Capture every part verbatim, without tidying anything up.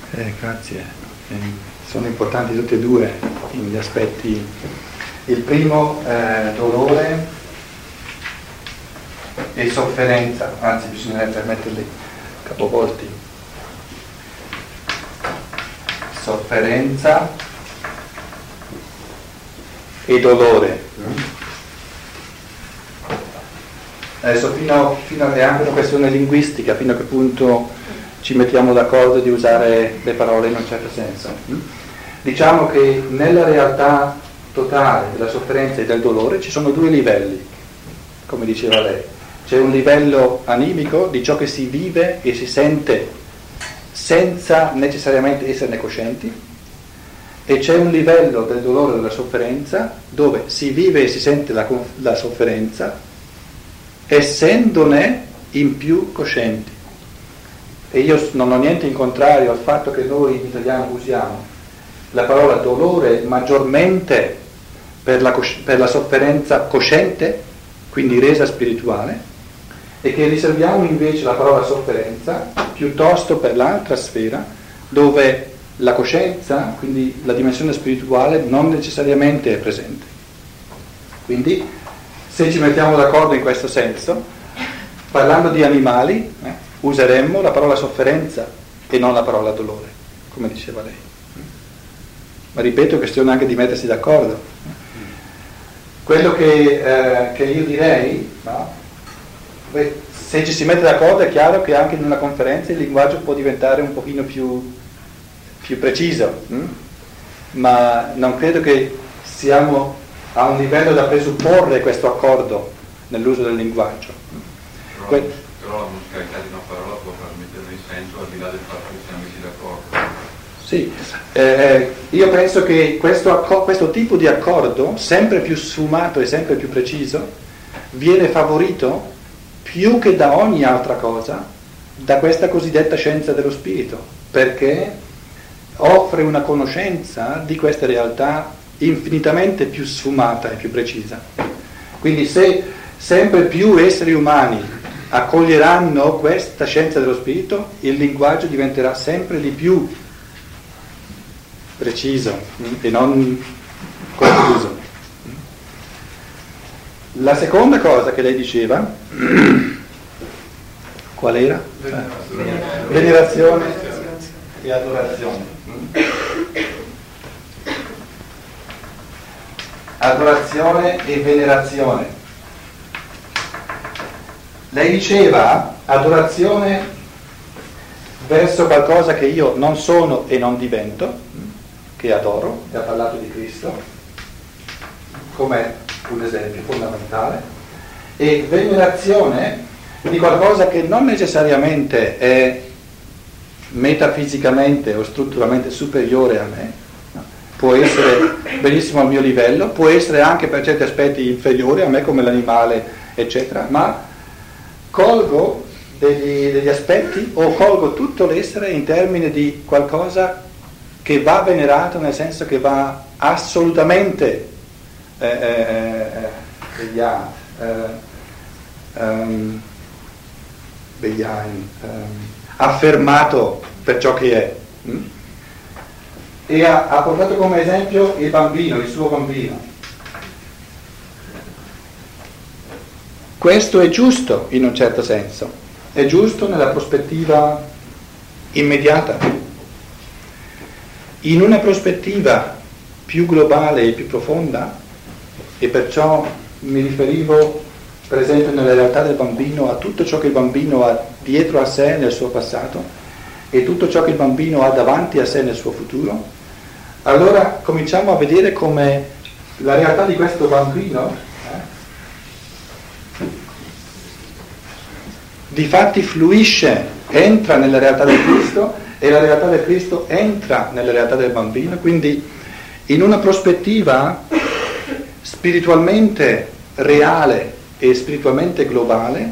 Eh, grazie. Eh, sono importanti tutti e due gli aspetti. Il primo, eh, dolore e sofferenza, anzi bisognerebbe metterli capovolti. Sofferenza e dolore. Adesso fino, fino è anche una questione linguistica, fino a che punto ci mettiamo d'accordo di usare le parole in un certo senso. Diciamo che nella realtà totale della sofferenza e del dolore ci sono due livelli, come diceva lei. C'è un livello animico di ciò che si vive e si sente senza necessariamente esserne coscienti, e c'è un livello del dolore e della sofferenza dove si vive e si sente la, la sofferenza essendone in più coscienti. E io non ho niente in contrario al fatto che noi in italiano usiamo la parola dolore maggiormente per la, per la sofferenza cosciente, quindi resa spirituale, e che riserviamo invece la parola sofferenza piuttosto per l'altra sfera, dove la coscienza, quindi la dimensione spirituale, non necessariamente è presente. Quindi, se ci mettiamo d'accordo in questo senso, parlando di animali, eh, useremmo la parola sofferenza e non la parola dolore, come diceva lei. Ma ripeto, è questione anche di mettersi d'accordo. Quello che, eh, che io direi, no? Beh, se ci si mette d'accordo è chiaro che anche in una conferenza il linguaggio può diventare un pochino più, più preciso, hm? Ma non credo che siamo a un livello da presupporre questo accordo nell'uso del linguaggio. Però, que- però la musicalità di una parola può trasmettere il senso al di là del fatto che siamo messi d'accordo. Sì, eh, io penso che questo, acco- questo tipo di accordo, sempre più sfumato e sempre più preciso, viene favorito più che da ogni altra cosa da questa cosiddetta scienza dello spirito, perché offre una conoscenza di queste realtà infinitamente più sfumata e più precisa. Quindi se sempre più esseri umani accoglieranno questa scienza dello spirito, il linguaggio diventerà sempre di più preciso e non confuso. La seconda cosa che lei diceva, qual era? Venerazione, Venerazione e adorazione. Adorazione e venerazione. Lei diceva adorazione verso qualcosa che io non sono e non divento, che adoro, e ha parlato di Cristo come un esempio fondamentale, e venerazione di qualcosa che non necessariamente è metafisicamente o strutturalmente superiore a me, no? Può essere benissimo al mio livello, può essere anche per certi aspetti inferiore a me come l'animale, eccetera, ma colgo degli, degli aspetti o colgo tutto l'essere in termini di qualcosa che va venerato, nel senso che va assolutamente eh, eh, vegliato, eh, um, vegliato, um, affermato per ciò che è. Mm? E ha, ha portato come esempio il bambino, il suo bambino. Questo è giusto in un certo senso, è giusto nella prospettiva immediata. In una prospettiva più globale e più profonda, e perciò mi riferivo per esempio nella realtà del bambino a tutto ciò che il bambino ha dietro a sé nel suo passato e tutto ciò che il bambino ha davanti a sé nel suo futuro, allora cominciamo a vedere come la realtà di questo bambino eh, difatti fluisce, entra nella realtà del Cristo, e la realtà del Cristo entra nella realtà del bambino, quindi in una prospettiva spiritualmente reale e spiritualmente globale,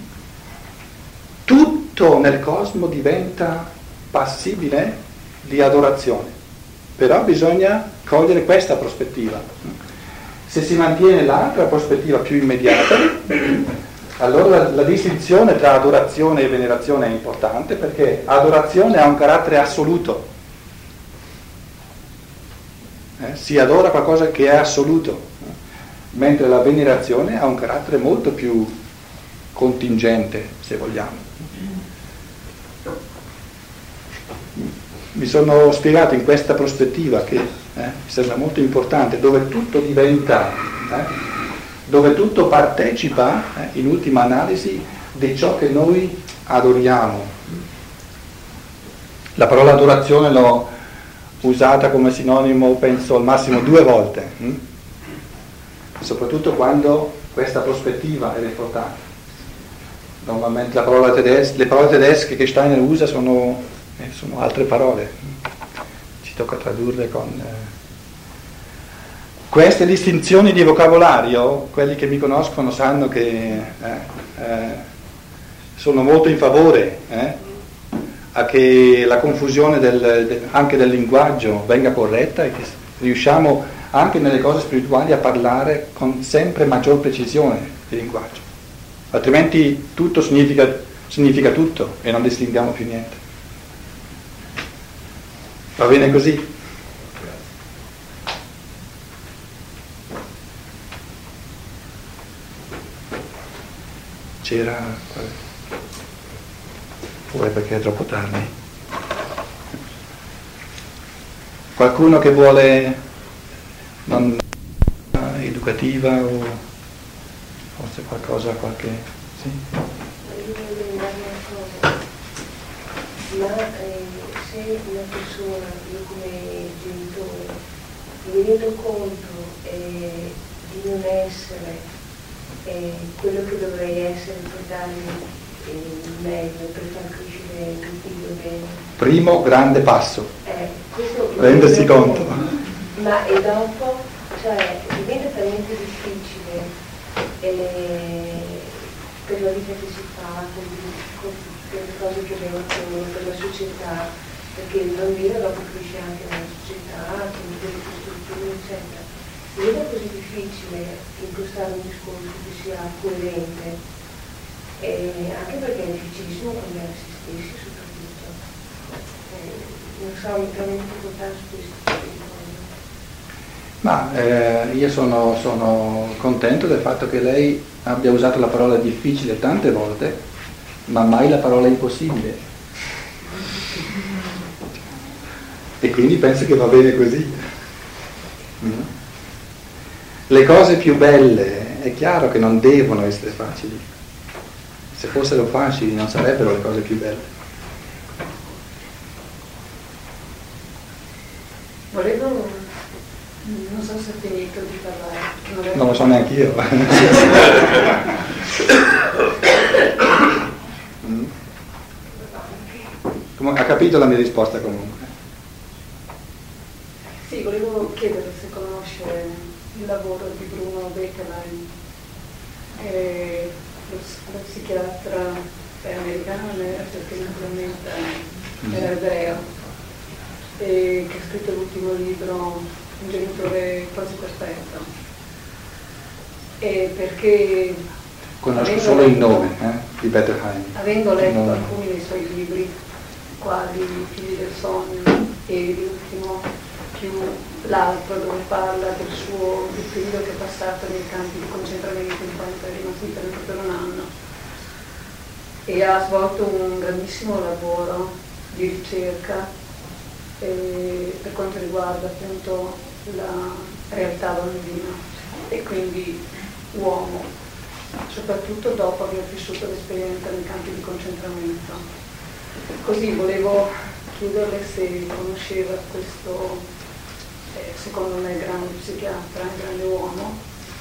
tutto nel cosmo diventa passibile di adorazione. Però bisogna cogliere questa prospettiva. Se si mantiene l'altra prospettiva più immediata, Allora la, la distinzione tra adorazione e venerazione è importante, perché adorazione ha un carattere assoluto. Eh, si adora qualcosa che è assoluto, eh? Mentre la venerazione ha un carattere molto più contingente, se vogliamo. Mi sono spiegato in questa prospettiva che eh, mi sembra molto importante, dove tutto diventa, eh, dove tutto partecipa, eh, in ultima analisi, di ciò che noi adoriamo. La parola adorazione l'ho usata come sinonimo, penso, al massimo due volte, hm? Soprattutto quando questa prospettiva è riportata. Normalmente la parola tedesca, le parole tedesche che Steiner usa sono, eh, sono altre parole, ci tocca tradurre con... Eh. Queste distinzioni di vocabolario, quelli che mi conoscono sanno che eh, eh, sono molto in favore eh, a che la confusione del, del, anche del linguaggio venga corretta e che riusciamo anche nelle cose spirituali a parlare con sempre maggior precisione di linguaggio. Altrimenti tutto significa, significa tutto e non distinguiamo più niente. Va bene così? C'era... Oppure perché è troppo tardi? Qualcuno che vuole non educativa o forse qualcosa, qualche... Sì? Io volevo dire una cosa, ma eh, se una persona, io come genitore, mi rendo conto eh, di non essere eh, quello che dovrei essere per darmi il meglio, per far crescere il figlio bene. Primo grande passo, Eh, questo rendersi conto. Ma e dopo, cioè, diventa talmente difficile eh, per la vita che si fa, con, con, per le cose che vengono, per la società, perché il bambino dopo cresce anche nella società, con delle costruzioni, eccetera. Diventa così difficile impostare un discorso che sia coerente. E anche perché è difficilissimo cambiare se stessi soprattutto, eh, non so, mi trovo in difficoltà su questo. Ma eh, io sono, sono contento del fatto che lei abbia usato la parola difficile tante volte, ma mai la parola impossibile. E quindi penso che va bene così. Mm. Le cose più belle è chiaro che non devono essere facili. Se fossero facili non sarebbero le cose più belle. Volevo, non so se ho finito di parlare. Non lo so neanche io. mm. Ha capito la mia risposta comunque? Sì, volevo chiedere se conosce il lavoro di Bruno Bettelheim, eh, lo, lo psichiatra è americano, perché naturalmente era ebreo, e che ha scritto l'ultimo libro Un genitore quasi perfetto. E perché conosco solo il nome eh, di Bettelheim. Avendo letto no. alcuni dei suoi libri, quali I figli del sogno e l'ultimo più l'altro, dove parla del suo del periodo che ha passato nei campi di concentramento in quanto è rimasto interno per un anno, e ha svolto un grandissimo lavoro di ricerca eh, per quanto riguarda appunto la realtà bambina e quindi uomo, soprattutto dopo aver vissuto l'esperienza nei campi di concentramento. Così volevo chiederle se conosceva questo, eh, secondo me, grande psichiatra, grande uomo,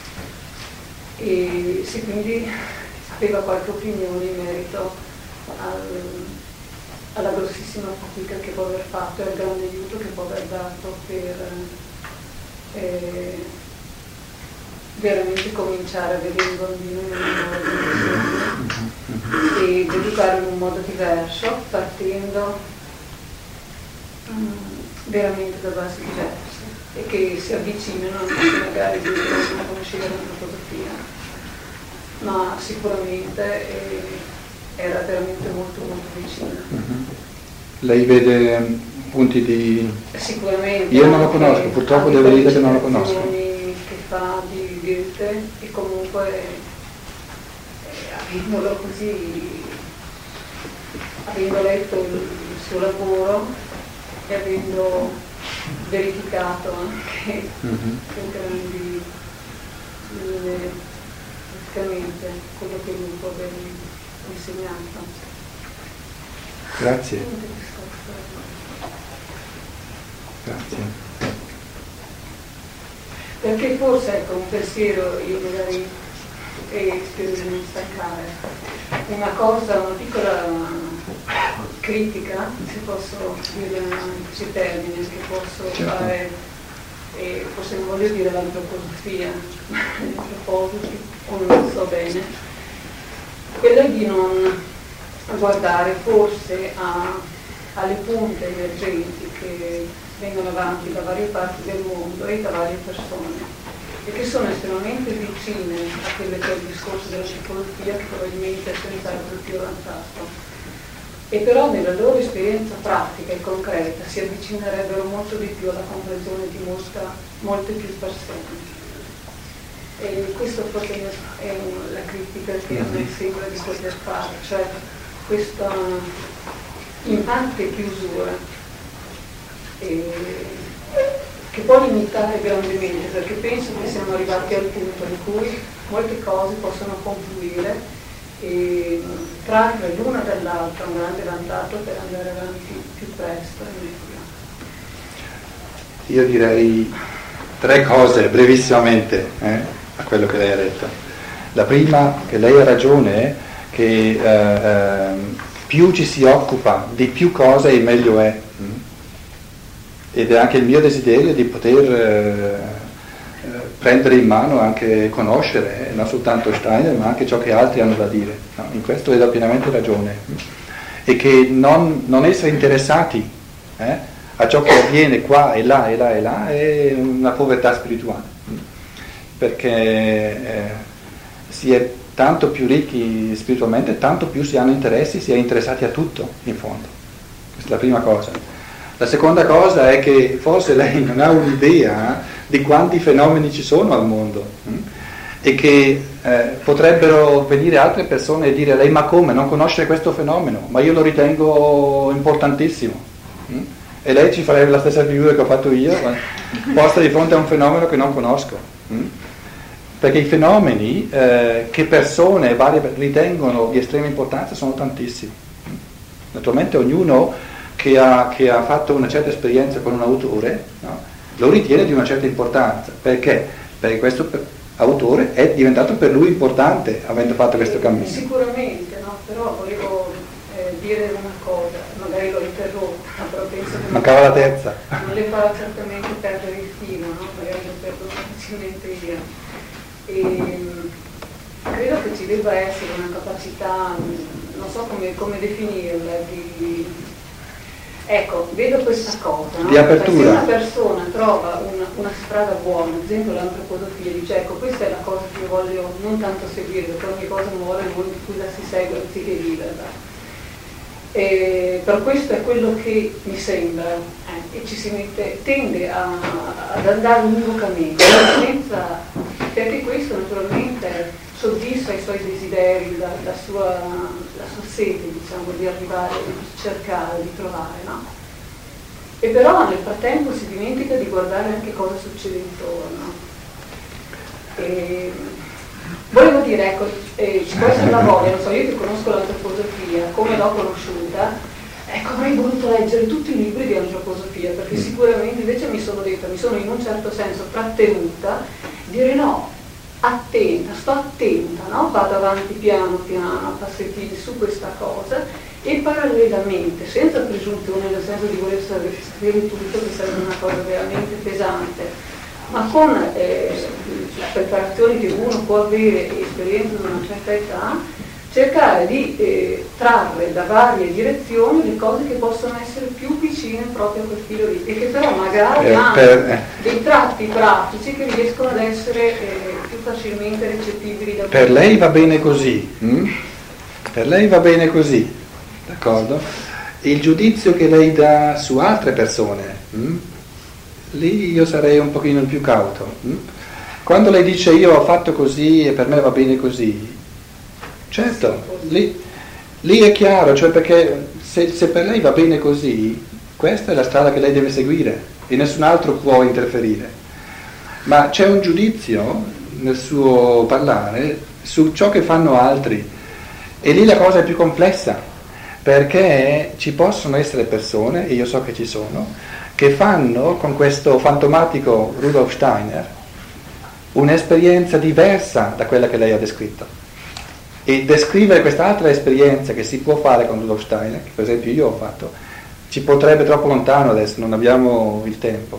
e se quindi aveva qualche opinione in merito al, alla grossissima fatica che può aver fatto e al grande aiuto che può aver dato per eh, veramente cominciare a vedere il bambino in un modo e educarlo in un modo diverso, partendo um, veramente da basi diverse e che si avvicinano anche magari di non conoscere l'antropologia. ma sicuramente eh, era veramente molto molto vicina. Mm-hmm. Lei vede punti di... Sicuramente. Io non lo conosco, purtroppo devo dire che non lo conosco. Che fa di Goethe e comunque eh, avendolo così, avendo letto il, il suo lavoro e avendo verificato anche mm-hmm. con grandi linee praticamente quello che lui può aver insegnato. Grazie. Grazie. Perché forse ecco un pensiero, io magari e spero di non stancare, una cosa, una piccola critica, se posso dire in questi termini, che posso certo. fare, e forse non voglio dire l'antropologia, ma gli antropologi, o non so bene, quella di non guardare forse a, alle punte emergenti che vengono avanti da varie parti del mondo e da varie persone e che sono estremamente vicine a quelle che è il discorso della psicologia, che probabilmente è senz'altro più avanzato, e però nella loro esperienza pratica e concreta si avvicinerebbero molto di più alla comprensione di mostra molte più persone. E questo forse è un, la critica che a me sembra di poter fare, cioè questa in parte chiusura e, che può limitare grandemente, perché penso che siamo arrivati al punto in cui molte cose possono confluire e trarre l'una dall'altra un grande vantaggio per andare avanti più presto e meglio. Io direi tre cose brevissimamente eh, a quello che lei ha detto. La prima, che lei ha ragione, che eh, eh, più ci si occupa di più cose e meglio è. Ed è anche il mio desiderio di poter eh, prendere in mano, anche conoscere, eh, non soltanto Steiner, ma anche ciò che altri hanno da dire. No? In questo le do pienamente ragione. E che non, non essere interessati eh, a ciò che avviene qua e là e là e là è una povertà spirituale. Perché eh, si è tanto più ricchi spiritualmente, tanto più si hanno interessi, si è interessati a tutto, in fondo. Questa è la prima cosa. La seconda cosa è che forse lei non ha un'idea di quanti fenomeni ci sono al mondo hm? e che eh, potrebbero venire altre persone e dire a lei: ma come, non conosce questo fenomeno? Ma io lo ritengo importantissimo. Hm? E lei ci farebbe la stessa figura che ho fatto io, posta di fronte a un fenomeno che non conosco. Hm? Perché i fenomeni eh, che persone varie ritengono di estrema importanza sono tantissimi. Naturalmente ognuno che ha, che ha fatto una certa esperienza con un autore, no, lo ritiene di una certa importanza. Perché? Perché questo per, autore è diventato per lui importante avendo fatto questo cammino. Sicuramente, no? Però volevo eh, dire una cosa, magari l'ho interrotta, però penso che mancava la terza. Non le farà certamente perdere il filo, no? Magari lo perdo facilmente io. E credo che ci debba essere una capacità, non so come, come definirla, di ecco, vedo questa cosa, no? Di apertura. Se una persona trova una, una strada buona, ad esempio l'antropologia, dice ecco, questa è la cosa che io voglio non tanto seguire, perché ogni cosa muore, voi di cui la si segue anziché viverla. E per questo è quello che mi sembra, eh, e ci si mette, tende a, ad andare univocamente, senza, perché questo naturalmente soddisfa i suoi desideri, la, la, sua, la sua sete, diciamo, di arrivare, di cercare, di trovare, no? E però nel frattempo si dimentica di guardare anche cosa succede intorno. E volevo dire, ecco, eh, ci può essere la voglia, non so, io che conosco l'antroposofia, come l'ho conosciuta, ecco, avrei voluto leggere tutti i libri di antroposofia, perché sicuramente invece mi sono detta, mi sono in un certo senso trattenuta, dire no, attenta, sto attenta, no? Vado avanti piano piano, a passettini su questa cosa e parallelamente, senza presunzione, nel senso di voler sapere tutto, che sarebbe una cosa veramente pesante, ma con eh, la preparazione che uno può avere e esperienza di una certa età, cercare di eh, trarre da varie direzioni le cose che possono essere più vicine proprio a quel filo lì e che però magari eh, hanno per, eh. dei tratti pratici che riescono ad essere eh, più facilmente recettibili da per lei va bene così, hm? Per lei va bene così, d'accordo? Il giudizio che lei dà su altre persone, hm? Lì io sarei un pochino più cauto. Hm? Quando lei dice io ho fatto così e per me va bene così, certo, lì, lì è chiaro, cioè perché se, se per lei va bene così, questa è la strada che lei deve seguire e nessun altro può interferire. Ma c'è un giudizio nel suo parlare su ciò che fanno altri e lì la cosa è più complessa, perché ci possono essere persone, e io so che ci sono, che fanno con questo fantomatico Rudolf Steiner un'esperienza diversa da quella che lei ha descritto. E descrivere quest'altra esperienza che si può fare con Rudolf Steiner, che per esempio io ho fatto, ci potrebbe troppo lontano adesso, non abbiamo il tempo.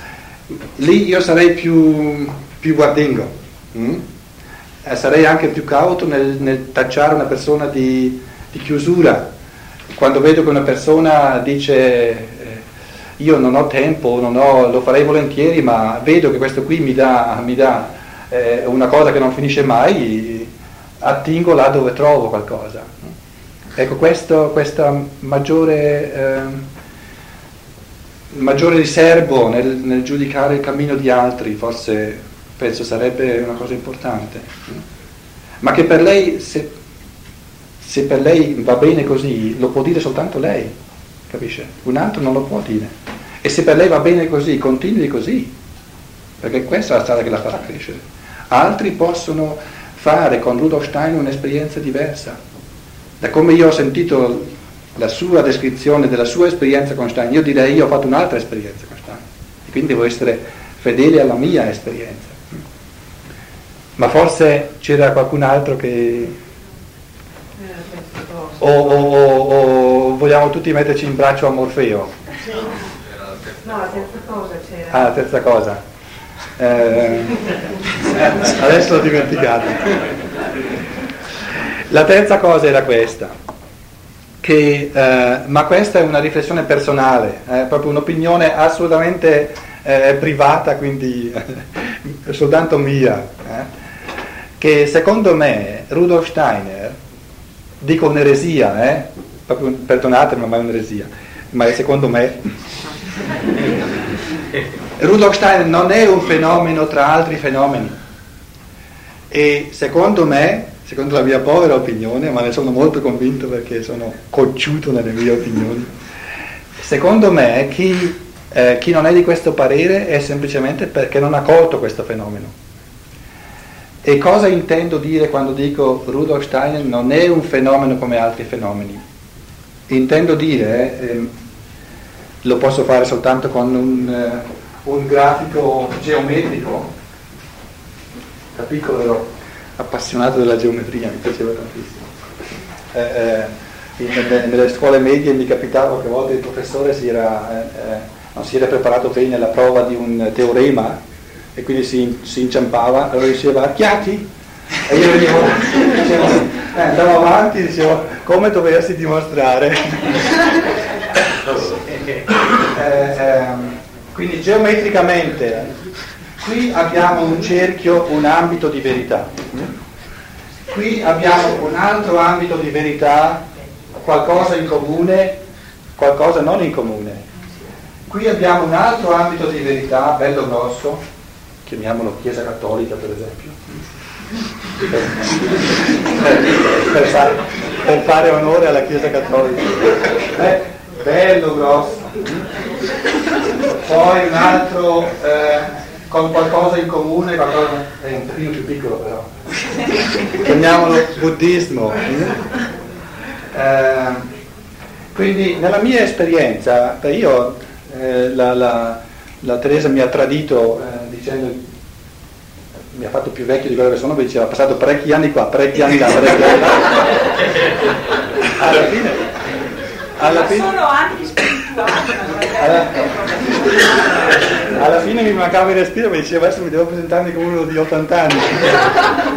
Lì io sarei più, più guardingo, mm? eh, sarei anche più cauto nel, nel tacciare una persona di, di chiusura. Quando vedo che una persona dice eh, io non ho tempo, non ho, lo farei volentieri, ma vedo che questo qui mi dà, mi dà eh, una cosa che non finisce mai, attingo là dove trovo qualcosa. Ecco, questo, questa maggiore, eh, maggiore riservo nel, nel giudicare il cammino di altri, forse penso sarebbe una cosa importante. Ma che per lei, se, se per lei va bene così, lo può dire soltanto lei, capisce? Un altro non lo può dire. E se per lei va bene così, continui così, perché questa è la strada che la farà crescere. Altri possono fare con Rudolf Steiner un'esperienza diversa. Da come io ho sentito la sua descrizione della sua esperienza con Steiner, io direi io ho fatto un'altra esperienza con Steiner e quindi devo essere fedele alla mia esperienza. Ma forse c'era qualcun altro che o, o, o, o vogliamo tutti metterci in braccio a Morfeo? No, la terza cosa c'era. Ah, la terza cosa. Eh, adesso l'ho dimenticata. La terza cosa era questa, che, eh, ma questa è una riflessione personale, è eh, proprio un'opinione assolutamente eh, privata, quindi soltanto mia, eh, che secondo me Rudolf Steiner, dico un'eresia, eh, proprio, perdonatemi ma è un'eresia, ma è secondo me, Rudolf Steiner non è un fenomeno tra altri fenomeni e secondo me, secondo la mia povera opinione, ma ne sono molto convinto perché sono cocciuto nelle mie opinioni, secondo me chi, eh, chi non è di questo parere è semplicemente perché non ha colto questo fenomeno. E cosa intendo dire quando dico Rudolf Steiner non è un fenomeno come altri fenomeni? Intendo dire, eh, lo posso fare soltanto con un, uh, un grafico geometrico, da piccolo ero appassionato della geometria, mi piaceva tantissimo. Eh, eh, nelle, nelle scuole medie mi capitava che a volte il professore si era, eh, eh, non si era preparato bene alla prova di un teorema e quindi si, si inciampava, allora diceva acchiati e io venivo, dicevo, eh, andavo avanti e dicevo come doversi dimostrare. eh, eh, quindi geometricamente qui abbiamo un cerchio, un ambito di verità, qui abbiamo un altro ambito di verità, qualcosa in comune, qualcosa non in comune, qui abbiamo un altro ambito di verità bello grosso, chiamiamolo Chiesa Cattolica per esempio, per, per, fare, per fare onore alla Chiesa Cattolica, eh, bello grosso, poi un altro eh, con qualcosa in comune, qualcosa, è un pochino più piccolo però, chiamiamolo buddismo. Eh, quindi nella mia esperienza, io eh, la, la, la Teresa mi ha tradito eh, dicendo, mi ha fatto più vecchio di quello che sono, mi diceva, ha passato parecchi anni qua, parecchi anni là, parecchi anni là. Alla fine, alla fine, sono anche spirituali. alla, alla fine mi mancava il respiro, mi diceva adesso mi devo presentarmi come uno di ottanta anni.